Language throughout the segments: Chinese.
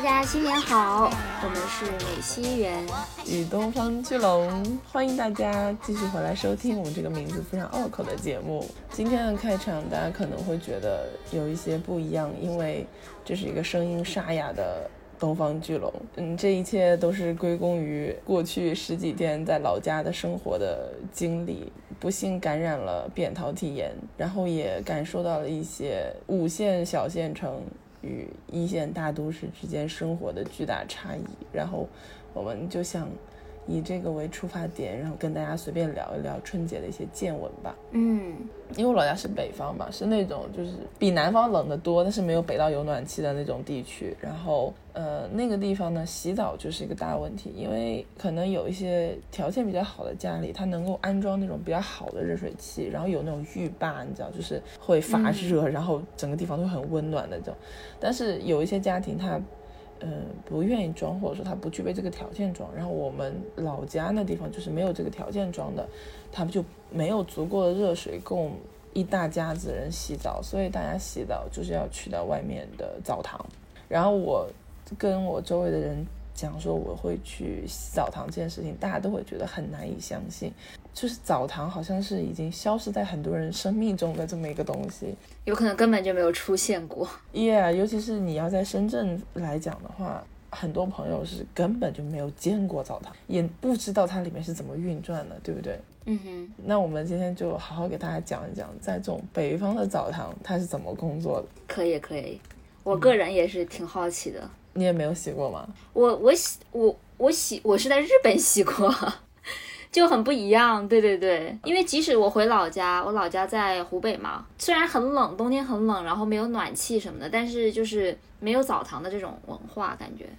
家新年好，我们是美西园与东方巨龙，欢迎大家继续回来收听我们这个名字非常拗口的节目。今天的开场大家可能会觉得有一些不一样，因为这是一个声音沙哑的东方巨龙。这一切都是归功于过去十几天在老家的生活的经历，不幸感染了扁桃体炎，然后也感受到了一些5线小县城与1线大都市之间生活的巨大差异，然后我们就想以这个为出发点，然后跟大家随便聊一聊春节的一些见闻吧。因为我老家是北方吧，是那种就是比南方冷得多，但是没有北到有暖气的那种地区。然后那个地方呢，洗澡就是一个大问题，因为可能有一些条件比较好的家里，它能够安装那种比较好的热水器，然后有那种浴霸，你知道，就是会发热，然后整个地方都很温暖的那种。但是有一些家庭它不愿意装，或者说他不具备这个条件装，然后我们老家那地方就是没有这个条件装的，他们就没有足够的热水供一大家子人洗澡，所以大家洗澡就是要去到外面的澡堂。然后我跟我周围的人讲说我会去洗澡堂这件事情，大家都会觉得很难以相信，就是澡堂好像是已经消失在很多人生命中的这么一个东西， 有可能根本就没有出现过。 尤其是你要在深圳来讲的话，很多朋友是根本就没有见过澡堂，也不知道它里面是怎么运转的，对不对？那我们今天就好好给大家讲一讲，在这种北方的澡堂它是怎么工作的。 可以，我个人也是挺好奇的。 你也没有洗过吗？ 我是在日本洗过，就很不一样。对，因为即使我回老家，我老家在湖北嘛，虽然很冷，冬天很冷，然后没有暖气什么的，但是就是没有澡堂的这种文化感觉。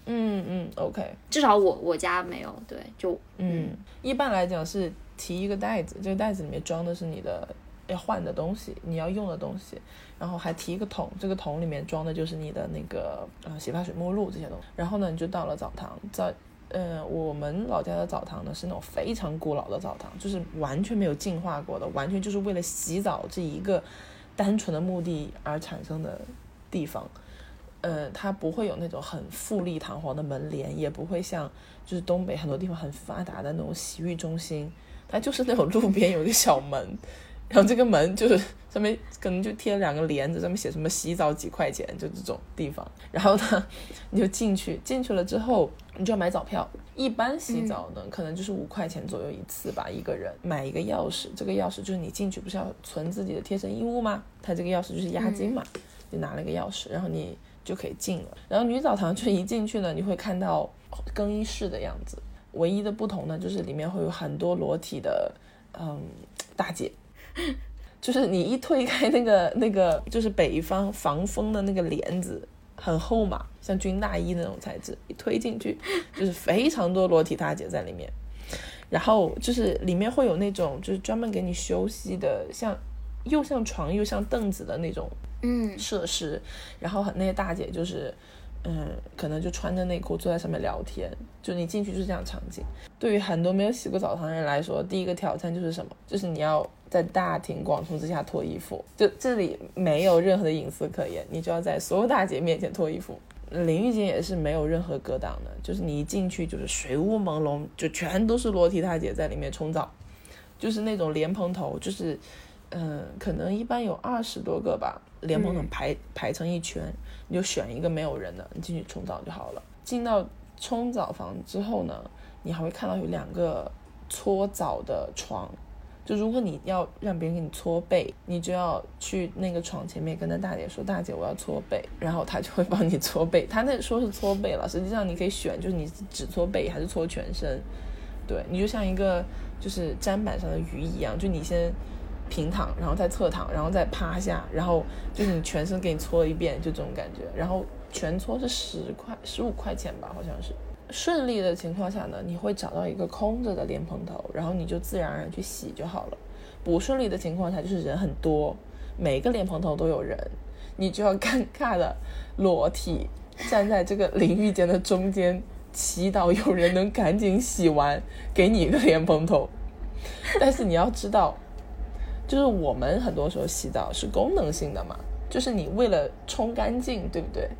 OK， 至少我家没有。对，就一般来讲是提一个袋子，这个袋子里面装的是你的要换的东西，你要用的东西，然后还提一个桶，这个桶里面装的就是你的那个洗发水、沐露这些东西。然后呢，你就到了澡堂。我们老家的澡堂呢是那种非常古老的澡堂，就是完全没有净化过的，完全就是为了洗澡这一个单纯的目的而产生的地方。它不会有那种很富丽堂皇的门帘，也不会像就是东北很多地方很发达的那种洗浴中心，它就是那种路边有一个小门，然后这个门就是上面可能就贴了2个帘子，上面写什么洗澡几块钱，就这种地方。然后呢，你就进去了之后，你就要买澡票。一般洗澡呢，可能就是5块钱左右一次吧，一个人买一个钥匙，这个钥匙就是你进去不是要存自己的贴身衣物吗？它这个钥匙就是押金嘛，就拿了一个钥匙，然后你就可以进了。然后女澡堂就一进去呢，你会看到更衣室的样子，唯一的不同呢，就是里面会有很多裸体的大姐，就是你一推开那个就是北方防风的那个帘子，很厚嘛，像军大衣那种材质，一推进去就是非常多裸体大姐在里面。然后就是里面会有那种就是专门给你休息的，又像床又像凳子的那种设施。然后那些大姐就是可能就穿着内裤坐在上面聊天，就你进去就是这样场景。对于很多没有洗过澡堂的人来说，第一个挑战就是什么？就是你要在大庭广众之下脱衣服，就这里没有任何的隐私可言，你就要在所有大姐面前脱衣服。淋浴间也是没有任何隔挡的，就是你一进去就是水雾朦胧，就全都是裸体大姐在里面冲澡，就是那种莲蓬头，就是可能一般有20多个吧，莲蓬头排成一圈，你就选一个没有人的，你进去冲澡就好了。进到冲澡房之后呢，你还会看到有2个搓澡的床，就如果你要让别人给你搓背，你就要去那个床前面跟那大姐说，大姐我要搓背，然后她就会帮你搓背。她那说是搓背了，实际上你可以选，就是你只搓背还是搓全身。对，你就像一个就是砧板上的鱼一样，就你先平躺，然后再侧躺，然后再趴下，然后就是你全身给你搓一遍，就这种感觉。然后全搓是15块钱吧，好像是。顺利的情况下呢，你会找到一个空着的莲蓬头，然后你就自然而然去洗就好了。不顺利的情况下就是人很多，每个莲蓬头都有人，你就要尴尬的裸体站在这个淋浴间的中间，祈祷有人能赶紧洗完，给你一个莲蓬头。但是你要知道，就是我们很多时候洗澡是功能性的嘛，就是你为了冲干净，对不对？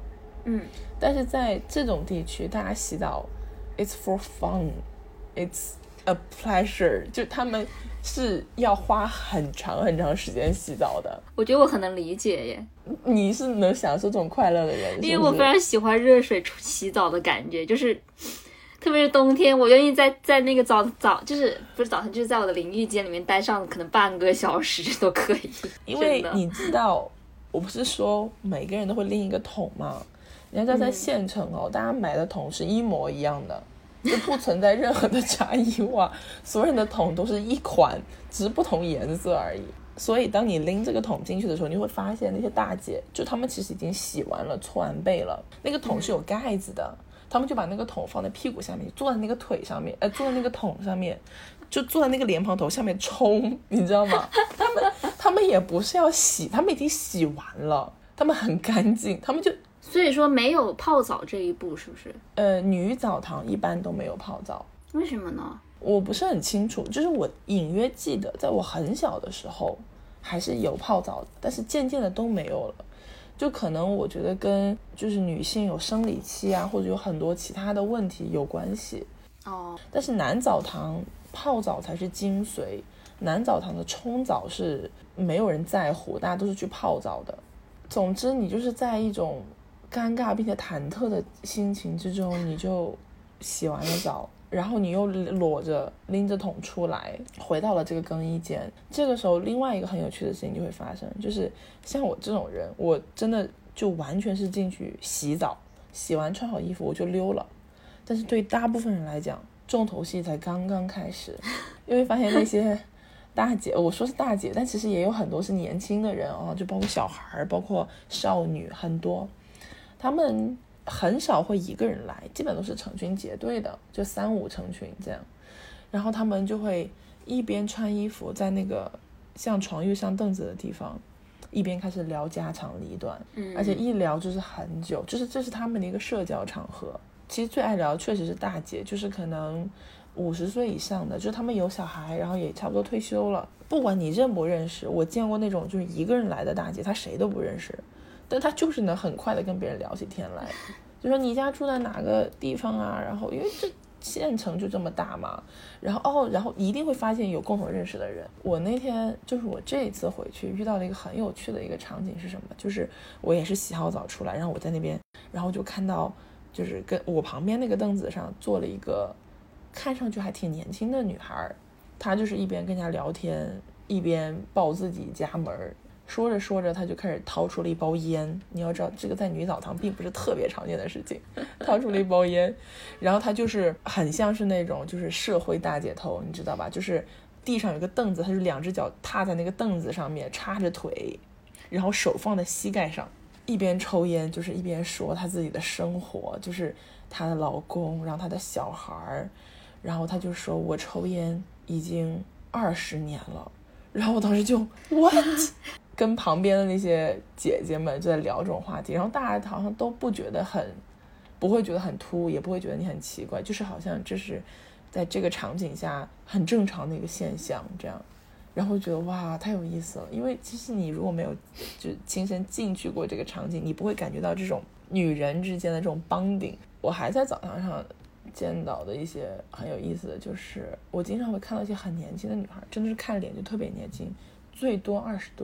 但是在这种地区大家洗澡 it's for fun, it's a pleasure， 就他们是要花很长很长时间洗澡的。 我觉得我很能理解耶， 你是能享受这种快乐的人， 因为我非常喜欢热水洗澡的感觉，就是特别是冬天，我愿意在那个就是不是早上，就是在我的淋浴间里面待上可能半个小时都可以。 因为你知道，我不是说每个人都会拎一个桶吗？你要知道在县城大家买的桶是一模一样的，就不存在任何的差异化，所有人的桶都是一款，只是不同颜色而已。所以当你拎这个桶进去的时候，你会发现那些大姐就她们其实已经洗完了搓完背了，那个桶是有盖子的，他们就把那个桶放在屁股下面，坐在那个腿上面，坐在那个桶上面，就坐在那个莲蓬头下面冲，你知道吗？他们也不是要洗，他们已经洗完了，他们很干净，他们就所以说没有泡澡这一步，是不是？ 女澡堂一般都没有泡澡。 为什么呢？ 我不是很清楚，就是我隐约记得在我很小的时候还是有泡澡的，但是渐渐的都没有了。就可能我觉得跟就是女性有生理期啊，或者有很多其他的问题有关系。但是男澡堂泡澡才是精髓，男澡堂的冲澡是没有人在乎，大家都是去泡澡的。总之你就是在一种尴尬并且忐忑的心情之中，你就洗完了澡，然后你又裸着拎着桶出来，回到了这个更衣间。这个时候另外一个很有趣的事情就会发生，就是像我这种人，我真的就完全是进去洗澡，洗完穿好衣服我就溜了。但是对大部分人来讲，重头戏才刚刚开始。因为发现那些大姐，我说是大姐，但其实也有很多是年轻的人就包括小孩，包括少女，很多他们很少会一个人来，基本都是成群结队的，就3-5成群这样。然后他们就会一边穿衣服在那个像床又像凳子的地方，一边开始聊家长里短，而且一聊就是很久，就是这是他们的一个社交场合。其实最爱聊确实是大姐，就是可能50岁以上的，就是他们有小孩，然后也差不多退休了。不管你认不认识，我见过那种就是一个人来的大姐，她谁都不认识，但她就是能很快的跟别人聊起天来，就说你家住在哪个地方啊，然后因为这县城就这么大嘛，然后一定会发现有共同认识的人。我那天就是我这一次回去遇到了一个很有趣的一个场景是什么，就是我也是洗好澡出来，然后我在那边，然后就看到就是跟我旁边那个凳子上坐了一个看上去还挺年轻的女孩，她就是一边跟人家聊天一边报自己家门，说着说着她就开始掏出了一包烟。你要知道这个在女澡堂并不是特别常见的事情，掏出了一包烟，然后她就是很像是那种就是社会大姐头，你知道吧，就是地上有个凳子，她就2只脚踏在那个凳子上面，插着腿，然后手放在膝盖上，一边抽烟就是一边说她自己的生活，就是她的老公，然后她的小孩，然后她就说我抽烟已经20年了。然后我当时就 what 跟旁边的那些姐姐们就在聊这种话题，然后大家好像都不会觉得很突兀，也不会觉得你很奇怪，就是好像这是在这个场景下很正常的一个现象这样。然后觉得哇太有意思了，因为其实你如果没有就亲身进去过这个场景，你不会感觉到这种女人之间的这种bonding。我还在澡堂上见到的一些很有意思的，就是我经常会看到一些很年轻的女孩，真的是看脸就特别年轻，最多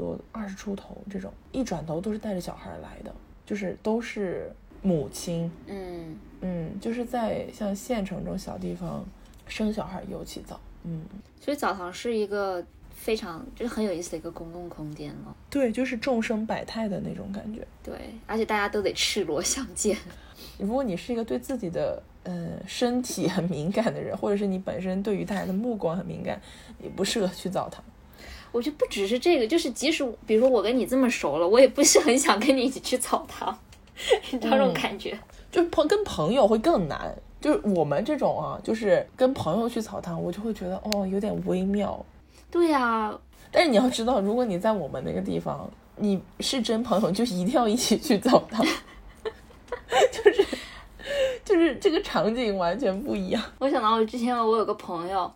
20出头，这种一转头都是带着小孩来的，就是都是母亲。就是在像县城这种小地方生小孩尤其早。 所以澡堂是一个非常就是很有意思的一个公共空间了。 对，就是众生百态的那种感觉。 对，而且大家都得赤裸相见。 如果你是一个对自己的身体很敏感的人，或者是你本身对于大家的目光很敏感，也不适合去澡堂。 我觉得不只是这个，就是即使比如说我跟你这么熟了，我也不是很想跟你一起去澡堂，你知道这种感觉。 就跟朋友会更难，就是我们这种就是跟朋友去澡堂，我就会觉得有点微妙。 对呀， 但是你要知道，如果你在我们那个地方，你是真朋友，就一定要一起去澡堂。就是这个场景完全不一样。 我想到之前我有个朋友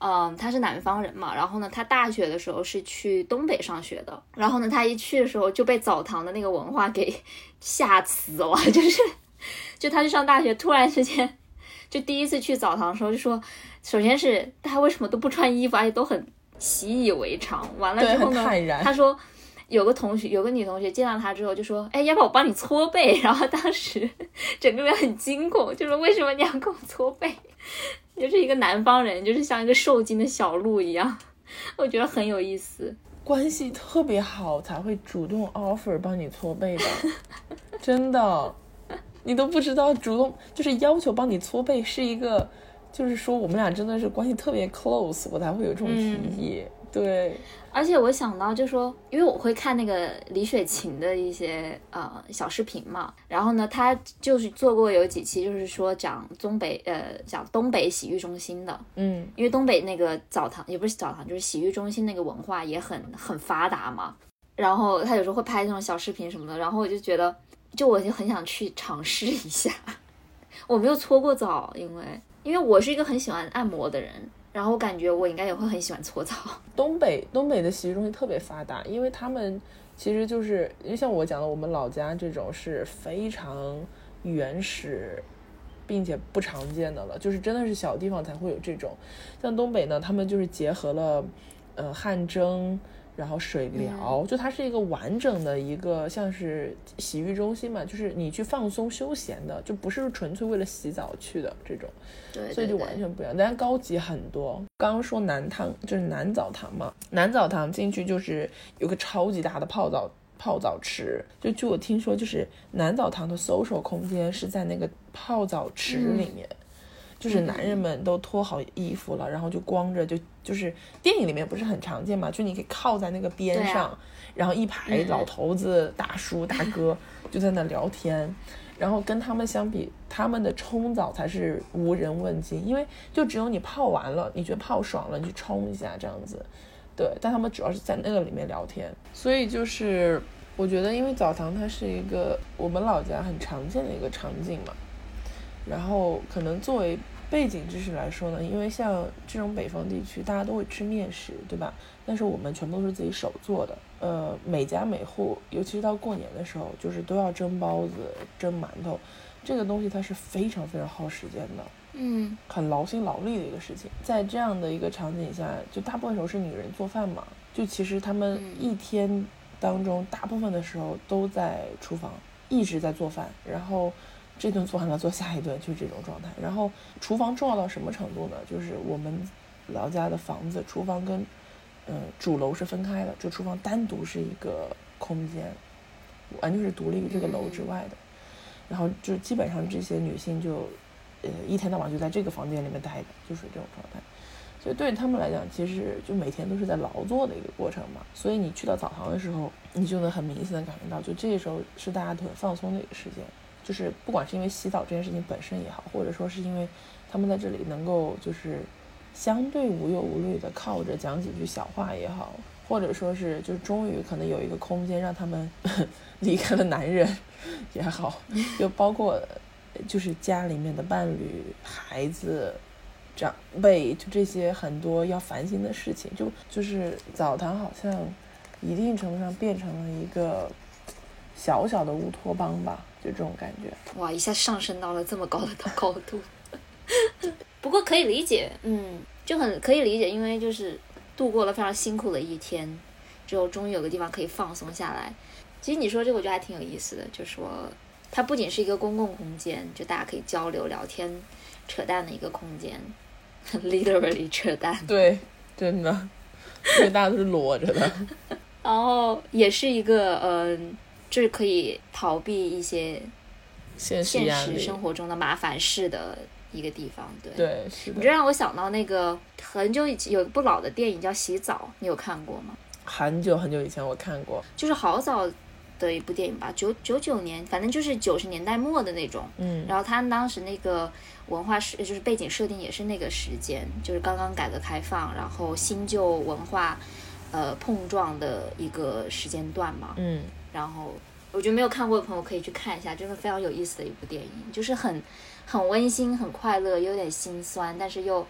他是南方人嘛，然后呢，他大学的时候是去东北上学的，然后呢，他一去的时候就被澡堂的那个文化给吓死了，就他去上大学，突然之间就第一次去澡堂的时候就说，首先是他为什么都不穿衣服，而且都很习以为常，完了之后呢，他说有个女同学见到他之后就说，哎，要不要我帮你搓背？然后当时整个人很惊恐，就说为什么你要给我搓背？就是一个南方人，就是像一个受惊的小鹿一样，我觉得很有意思。 关系特别好才会主动 offer 帮你搓背的，真的，你都不知道主动就是要求帮你搓背是一个，就是说我们俩真的是关系特别 close， 我才会有这种提议。对， 而且我想到就说，因为我会看那个李雪琴的一些小视频嘛，然后呢，她就是做过有几期，就是说讲东北洗浴中心的，因为东北那个澡堂也不是澡堂，就是洗浴中心那个文化也很发达嘛，然后她有时候会拍那种小视频什么的，然后我就觉得，我就很想去尝试一下。我没有搓过澡，因为我是一个很喜欢按摩的人。然后我感觉我应该也会很喜欢搓澡。 东北的洗浴中心特别发达，因为他们其实就是因为像我讲的，我们老家这种是非常原始并且不常见的了，就是真的是小地方才会有这种。像东北呢，他们就是结合了汗蒸，然后水疗，就它是一个完整的一个像是洗浴中心嘛，就是你去放松休闲的，就不是纯粹为了洗澡去的这种。 对， 所以就完全不一样，但高级很多。刚刚说南就是南澡堂嘛，南澡堂进去就是有个超级大的泡澡池，就据我听说，就是南澡堂的 social 空间是在那个泡澡池里面。就是男人们都脱好衣服了，然后就光着，就是电影里面不是很常见嘛，就你可以靠在那个边上，然后一排老头子、大叔大哥就在那聊天，然后跟他们相比，他们的冲澡才是无人问津，因为就只有你泡完了，你觉得泡爽了，你去冲一下这样子，对，但他们主要是在那个里面聊天，所以就是我觉得，因为澡堂它是一个我们老家很常见的一个场景嘛，然后可能作为背景知识来说呢，因为像这种北方地区大家都会吃面食，对吧？但是我们全部都是自己手做的，每家每户尤其是到过年的时候，就是都要蒸包子蒸馒头，这个东西它是非常非常耗时间的，很劳心劳力的一个事情。在这样的一个场景下，就大部分时候是女人做饭嘛，就其实他们一天当中大部分的时候都在厨房一直在做饭，然后这顿做完了做下一顿，就是这种状态。然后厨房重要到什么程度呢？就是我们老家的房子厨房跟主楼是分开的，就厨房单独是一个空间，完全是独立于这个楼之外的。然后就基本上这些女性就一天到晚就在这个房间里面待着，就是这种状态。所以对于他们来讲，其实就每天都是在劳作的一个过程嘛。所以你去到澡堂的时候，你就能很明显的感觉到，就这时候是大家都很放松的一个时间。就是不管是因为洗澡这件事情本身也好，或者说是因为他们在这里能够就是相对无忧无虑的靠着讲几句小话也好，或者说是就终于可能有一个空间让他们离开了男人也好，就包括就是家里面的伴侣、孩子、长辈，就这些很多要烦心的事情，就是澡堂好像一定程度上变成了一个小小的乌托邦吧，就这种感觉。 哇，一下上升到了这么高的高度。不过可以理解，就很可以理解，因为就是度过了非常辛苦的一天之后，终于有个地方可以放松下来。其实你说这个我觉得还挺有意思的，就说它不仅是一个公共空间，就大家可以交流聊天扯淡的一个空间literally 扯淡， 对，真的，因为大家都是裸着的。 然后也是一个就是可以逃避一些现实实生活中的麻烦事的一个地方。 对，是的。 你这让我想到那个很久以前有一部老的电影叫《洗澡》，你有看过吗？ 很久很久以前我看过， 就是好早的一部电影吧，99年，反正就是90年代末的那种。然后他当时那个文化就是背景设定也是那个时间，就是刚刚改革开放，然后新旧文化碰撞的一个时间段嘛。然后我觉得没有看过的朋友可以去看一下，真的非常有意思的一部电影，就是很温馨、很快乐，有点心酸，但是又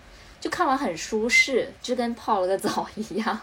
就看完很舒适，就跟泡了个澡一样。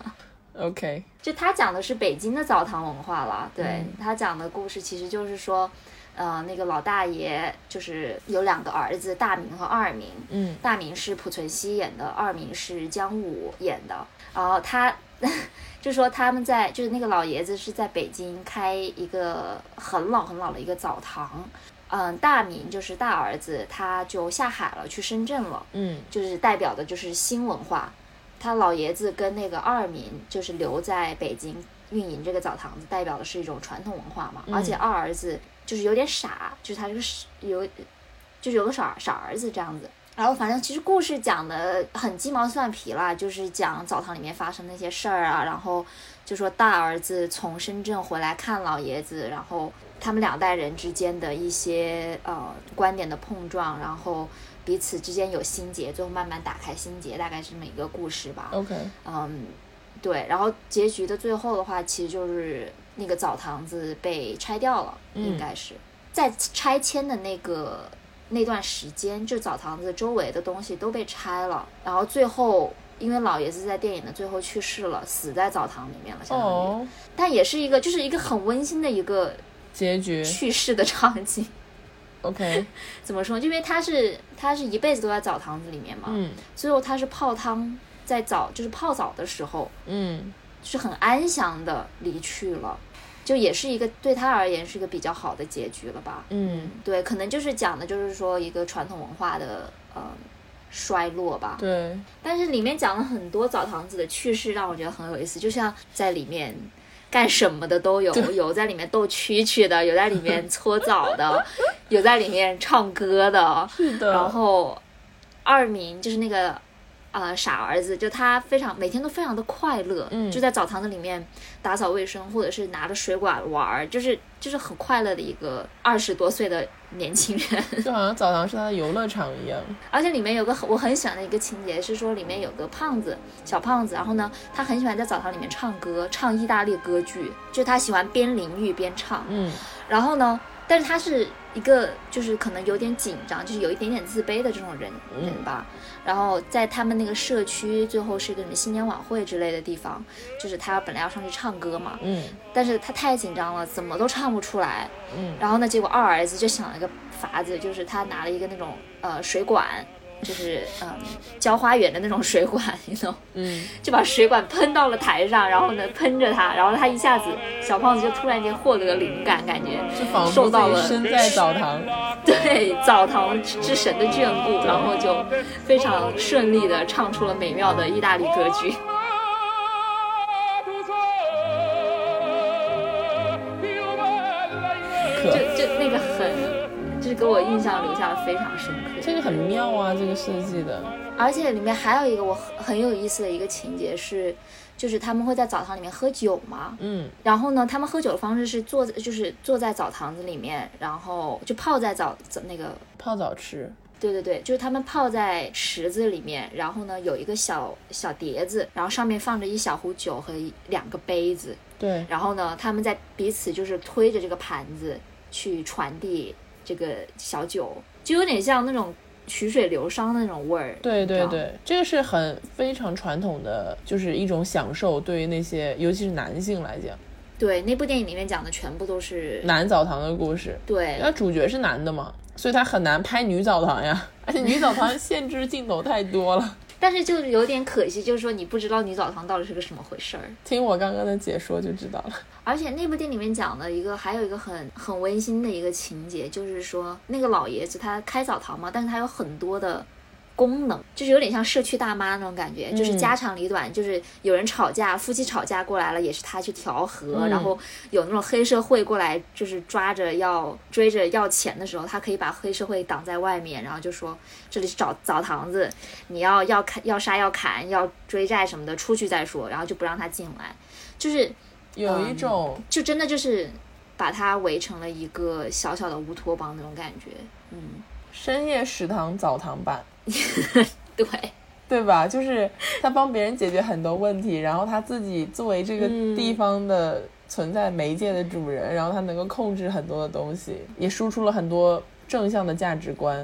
OK， 就他讲的是北京的澡堂文化了，对，他讲的故事其实就是说，那个老大爷就是有2个儿子，大明和二明，大明是濮存昕演的，二明是姜武演的，然后他就说他们就是那个老爷子是在北京开一个很老很老的一个澡堂。大明就是大儿子，他就下海了，去深圳了，就是代表的就是新文化。他老爷子跟那个二明就是留在北京运营这个澡堂子，代表的是一种传统文化嘛。而且二儿子就是有点傻，就是他就是有个傻儿子这样子。然后反正其实故事讲的很鸡毛蒜皮啦，就是讲澡堂里面发生那些事儿啊，然后就说大儿子从深圳回来看老爷子，然后他们2代人之间的一些观点的碰撞，然后彼此之间有心结，最后慢慢打开心结，大概是这么一个故事吧。 OK， 对，然后结局的最后的话，其实就是那个澡堂子被拆掉了，应该是在拆迁的那段时间，就澡堂子周围的东西都被拆了，然后最后因为老爷子在电影的最后去世了，死在澡堂里面了，相当于但也是一个就是一个很温馨的一个结局去世的场景。 OK， 怎么说？因为他是一辈子都在澡堂子里面嘛，最后他是泡汤，就是泡澡的时候，就是很安详的离去了，就也是一个对他而言是一个比较好的结局了吧。对，可能就是讲的就是说一个传统文化的衰落吧。 对， 但是里面讲了很多澡堂子的趣事，让我觉得很有意思，就像在里面干什么的都有，有在里面斗蛐蛐的，有在里面搓澡的，有在里面唱歌的。 是的。 然后二明就是那个傻儿子，就他每天都非常的快乐，就在澡堂子里面打扫卫生，或者是拿着水管玩，就是很快乐的一个20多岁的年轻人， 就好像澡堂是他的游乐场一样。 而且里面有个我很喜欢的一个情节是说，里面有个小胖子，然后呢他很喜欢在澡堂里面唱歌，唱意大利歌剧，就他喜欢边淋浴边唱，然后呢但是他是一个就是可能有点紧张，就是有一点点自卑的这种人吧。然后在他们那个社区最后是一个什么新年晚会之类的地方，就是他本来要上去唱歌嘛，但是他太紧张了，怎么都唱不出来，然后呢结果二儿子就想了一个法子，就是他拿了一个那种水管，就是浇花园的那种水管，就把水管喷到了台上，然后呢喷着他，然后他一下子小胖子就突然间获得了灵感，感觉受到了身在澡堂， 对澡堂之神的眷顾，然后就非常顺利的唱出了美妙的意大利歌剧。就那个就是给我印象留下了非常深刻。 这个很妙啊，这个设计的。 而且里面还有一个我很有意思的一个情节是，就是他们会在澡堂里面喝酒嘛，然后呢他们喝酒的方式是坐在澡堂子里面，然后就泡在那个泡澡池。 对对对，就是他们泡在池子里面，然后呢有一个小碟子，然后上面放着一小壶酒和2个杯子， 对， 然后呢他们在彼此就是推着这个盘子去传递这个小酒，就有点像那种曲水流觞的那种味儿。 对对对，这个是非常传统的，就是一种享受，对于那些尤其是男性来讲。 对，那部电影里面讲的全部都是男澡堂的故事。 对， 那主角是男的嘛，所以他很难拍女澡堂呀，而且女澡堂限制镜头太多了。 但是就是有点可惜，就是说你不知道女澡堂到底是个什么回事儿。 听我刚刚的解说就知道了。 而且那部电影里面讲的还有一个很温馨的一个情节，就是说那个老爷子他开澡堂嘛，但是他有很多的功能，就是有点像社区大妈那种感觉，就是家长里短，就是有人吵架，夫妻吵架过来了，也是他去调和，然后有那种黑社会过来，就是追着要钱的时候，他可以把黑社会挡在外面，然后就说这里是澡堂子，你要杀要砍要追债什么的，出去再说，然后就不让他进来，就是有一种、 就真的就是把他围成了一个小小的乌托邦那种感觉。 深夜食堂澡堂版。 对吧，就是他帮别人解决很多问题，然后他自己作为这个地方的存在媒介的主人，然后他能够控制很多的东西，也输出了很多正向的价值观。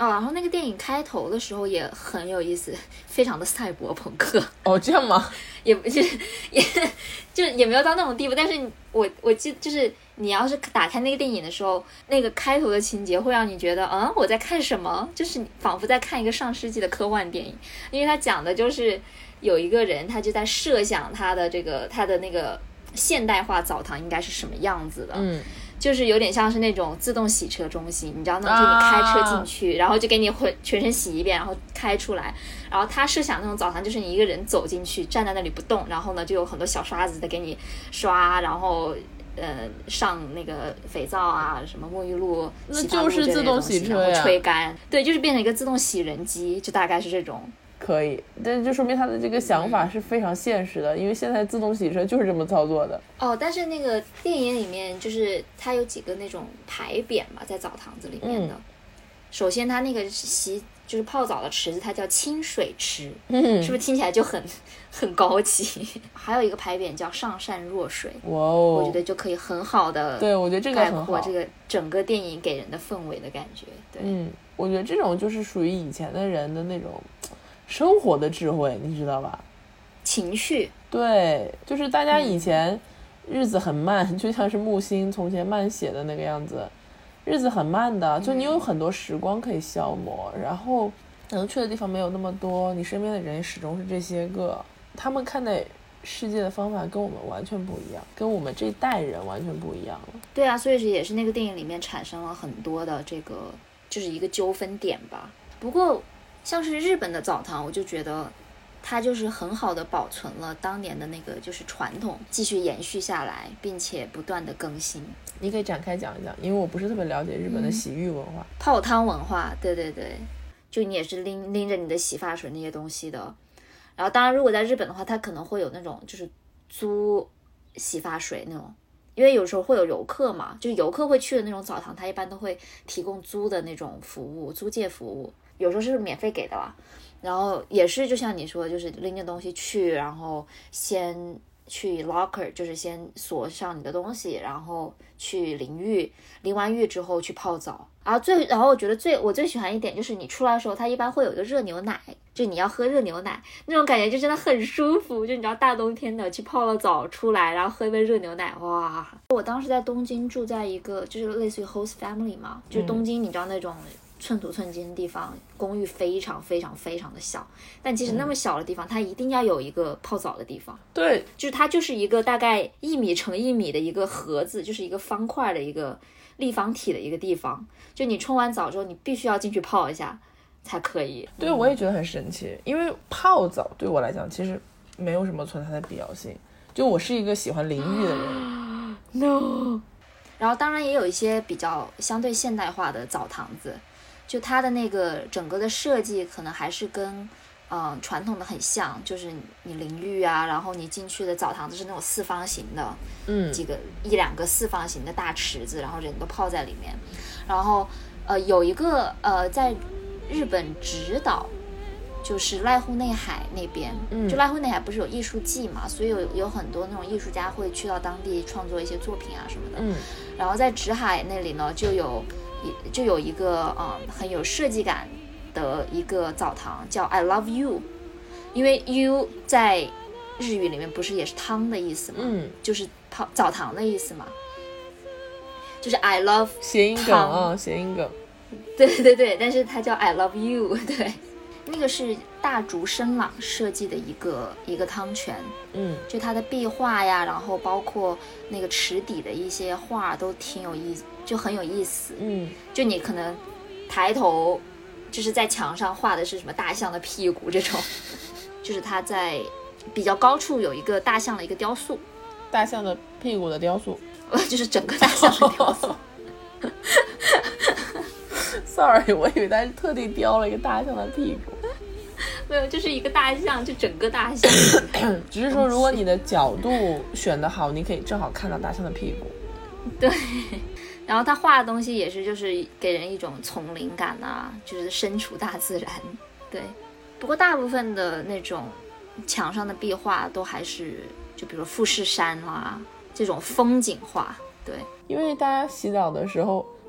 哦，然后那个电影开头的时候也很有意思，非常的赛博朋克。 哦，这样吗？ 也不是，也没有到那种地步，但是我记就是你要是打开那个电影的时候，那个开头的情节会让你觉得，我在看什么？就是你仿佛在看一个上世纪的科幻电影，因为它讲的就是有一个人，他就在设想他的那个现代化澡堂应该是什么样子的。就是有点像是那种自动洗车中心，你知道那种，就你开车进去，然后就给你全身洗一遍，然后开出来。然后他设想那种澡堂就是你一个人走进去，站在那里不动，然后呢就有很多小刷子的给你刷，然后上那个肥皂啊，什么沐浴露、洗发露这类东西，然后吹干，对，就是变成一个自动洗人机，就大概是这种。 可以，但就说明他的这个想法是非常现实的，因为现在自动洗车就是这么操作的。 但是那个电影里面就是它有几个那种牌匾嘛，在澡堂子里面的。首先它那个就是泡澡的池子，它叫清水池，是不是听起来就很高级？还有一个牌匾叫上善若水， 哇哦， 我觉得就可以很好的对，我觉得这个概括这个整个电影给人的氛围的感觉。对， 我觉得这种就是属于以前的人的那种生活的智慧，你知道吧？ 情绪， 对，就是大家以前日子很慢，就像是木心从前慢写的那个样子，日子很慢的，就你有很多时光可以消磨，然后能去的地方没有那么多，你身边的人始终是这些个，他们看待世界的方法跟我们完全不一样，跟我们这一代人完全不一样了。 对啊，所以也是那个电影里面产生了很多的这个就是一个纠纷点吧。不过像是日本的澡堂，我就觉得它就是很好的保存了当年的那个就是传统，继续延续下来，并且不断的更新。 你可以展开讲一讲，因为我不是特别了解日本的洗浴文化。 泡汤文化，对对对，就你也是拎着你的洗发水那些东西的。然后当然如果在日本的话，它可能会有那种就是租洗发水那种，因为有时候会有游客嘛，就是游客会去的那种澡堂，它一般都会提供租的那种服务，租借服务，有时候是免费给的啦。然后也是就像你说的，就是拎着东西去，然后先去 locker， 就是先锁上你的东西，然后去淋浴，淋完浴之后去泡澡。然后我觉得我最喜欢一点就是你出来的时候，它一般会有一个热牛奶，就你要喝热牛奶那种感觉，就真的很舒服。就你知道大冬天的去泡了澡出来，然后喝一杯热牛奶，哇！我当时在东京住在一个就是类似于 host family 嘛，就是东京你知道那种寸土寸金的地方，公寓非常非常非常的小，但即使那么小的地方，它一定要有一个泡澡的地方。 对， 就是它就是一个大概1米乘1米的一个盒子，就是一个方块的一个立方体的一个地方，就你冲完澡之后，你必须要进去泡一下才可以。 对，我也觉得很神奇，因为泡澡对我来讲其实没有什么存在的必要性，就我是一个喜欢淋浴的人。 No。然后当然也有一些比较相对现代化的澡堂子，就它的那个整个的设计可能还是跟传统的很像，就是你淋浴啊，然后你进去的澡堂子是那种四方形的，一两个四方形的大池子，然后人都泡在里面。然后有一个在日本直岛，就是濑户内海那边，就濑户内海不是有艺术季嘛，所以有很多那种艺术家会去到当地创作一些作品啊什么的。然后在直海那里呢，就有一个很有设计感的一个澡堂叫 I love you， 因为 you 在日语里面不是也是汤的意思吗？就是泡澡堂的意思嘛，就是 I love 谐音梗啊，谐音梗。 对对对，但是它叫 I love you， 对，那个是大竹伸朗设计的一个汤泉，就它的壁画呀，然后包括那个池底的一些画都挺有意思，就很有意思。就你可能抬头就是在墙上画的是什么大象的屁股这种，就是它在比较高处有一个大象的一个雕塑， 大象的屁股的雕塑， 就是整个大象的雕塑。 Sorry， 我以为他是特地雕了一个大象的屁股。 没有，就是一个大象，就整个大象。 只是说，如果你的角度选得好，你可以正好看到大象的屁股。 对，然后他画的东西也是，就是给人一种丛林感啊，就是身处大自然。对，不过大部分的那种墙上的壁画都还是，就比如说富士山啦这种风景画。对， 因为大家洗澡的时候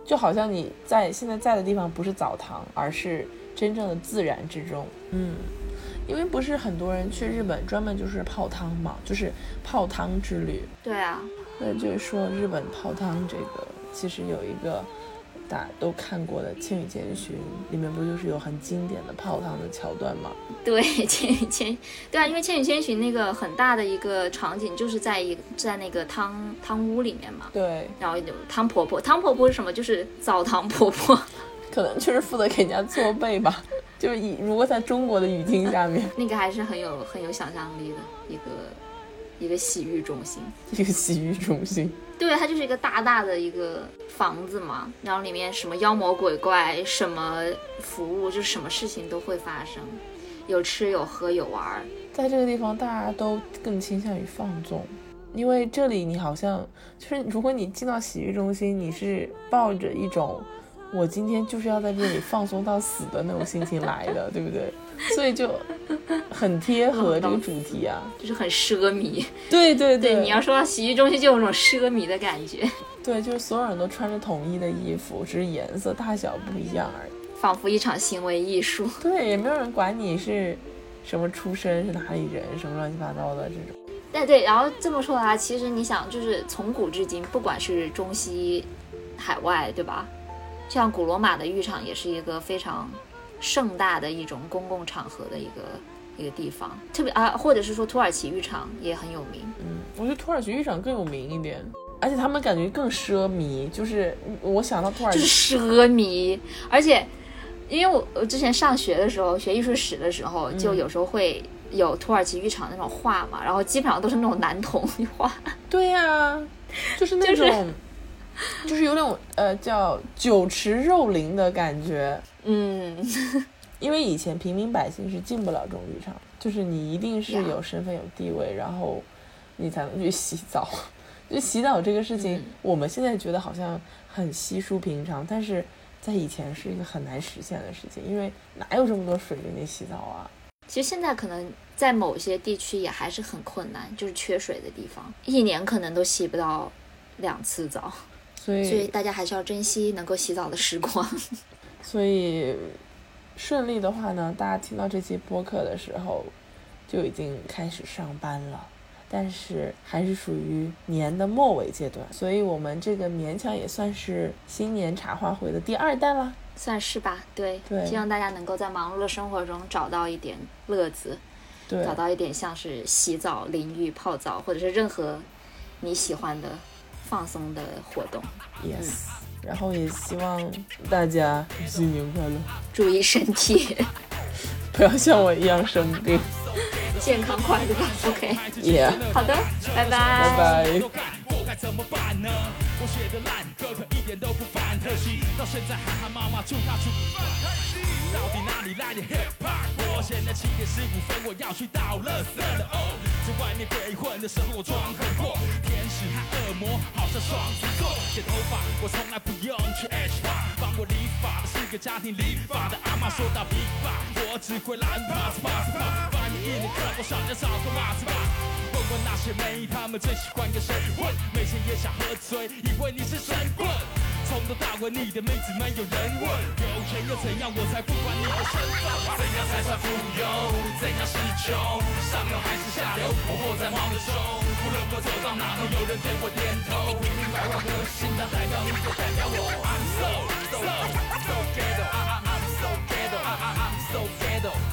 就好像你现在在的地方不是澡堂，而是真正的自然之中。因为不是很多人去日本专门就是泡汤嘛，就是泡汤之旅。 对啊， 那就是说日本泡汤这个其实有一个大家都看过的《千与千寻》，里面不就是有很经典的泡汤的桥段吗？ 对，对啊，因为《千与千寻》那个很大的一个场景就是在那个汤屋里面嘛。 对， 然后有汤婆婆是什么？就是澡堂婆婆， 可能就是负责给人家做背吧。就是如果在中国的语境下面， 那个还是很有想象力的一个洗浴中心。 一个洗浴中心。 对，它就是一个大大的一个房子嘛，然后里面什么妖魔鬼怪，什么服务，就是什么事情都会发生，有吃有喝有玩。 在这个地方，大家都更倾向于放纵，因为这里你好像就是如果你进到洗浴中心，你是抱着一种我今天就是要在这里放松到死的那种心情来的，对不对？所以就很贴合这个主题啊， 就是很奢靡。 对对对，你要说到洗浴中心就有种奢靡的感觉。 对，就是所有人都穿着统一的衣服，只是颜色大小不一样而已， 仿佛一场行为艺术。 对，也没有人管你是什么出身，是哪里人，什么乱七八糟的这种。 对，然后这么说来，其实你想，就是从古至今，不管是中西海外，对吧？像古罗马的浴场也是一个非常盛大的一种公共场合的一个地方，特别或者是说土耳其浴场也很有名。 我觉得土耳其浴场更有名一点，而且他们感觉更奢靡，就是我想到土耳其就是奢靡，而且因为我之前上学的时候学艺术史的时候，就有时候会有土耳其浴场那种画嘛，然后基本上都是那种男童画。 对呀，就是那种。就是有种叫酒池肉林的感觉。因为以前平民百姓是进不了这种浴场，就是你一定是有身份有地位，然后你才能去洗澡。就洗澡这个事情，我们现在觉得好像很稀疏平常，但是在以前是一个很难实现的事情，因为哪有这么多水给你洗澡啊？ 其实现在可能在某些地区也还是很困难，就是缺水的地方，一年可能都洗不到2次澡。所以大家还是要珍惜能够洗澡的时光。 所以顺利的话呢，大家听到这期播客的时候就已经开始上班了，但是还是属于年的末尾阶段，所以我们这个勉强也算是新年茶话会的第2弹了， 算是吧。对，希望大家能够在忙碌的生活中找到一点乐子， 对， 找到一点像是洗澡、淋浴、泡澡，或者是任何你喜欢的放松的活动。 Yes，然后也希望大家新年快乐， 注意身体， 不要像我一样生病， 健康快乐。OK， 好的，拜拜， 拜拜。 该怎么办呢？我写的烂，哥哥一点都不烦，可惜到现在喊喊妈妈就他出到底哪里来的 hip hop？ 我现在7点15分，我要去倒垃圾了哦。在外面被混的时候，我装很破，天使和恶魔好像双子座。剪头发我从来不用去 H 发，帮我理发的是个家庭理发的阿嬷，说到理发，我只会蓝帕子帕子帕，把你一脸看，我想要找个袜子吧。问问那些妹，她们最喜欢跟谁混？没钱也想喝醉，以为你是神棍。从头到尾你的名字没有人问，有钱又怎样？我才不管你的身份。怎样才算富有？怎样是穷？上流还是下流？我活在梦中，无论我走到哪都有人对我点头。平平白白的心脏代表你，就代表我。I'm so ghetto, I'm so ghetto.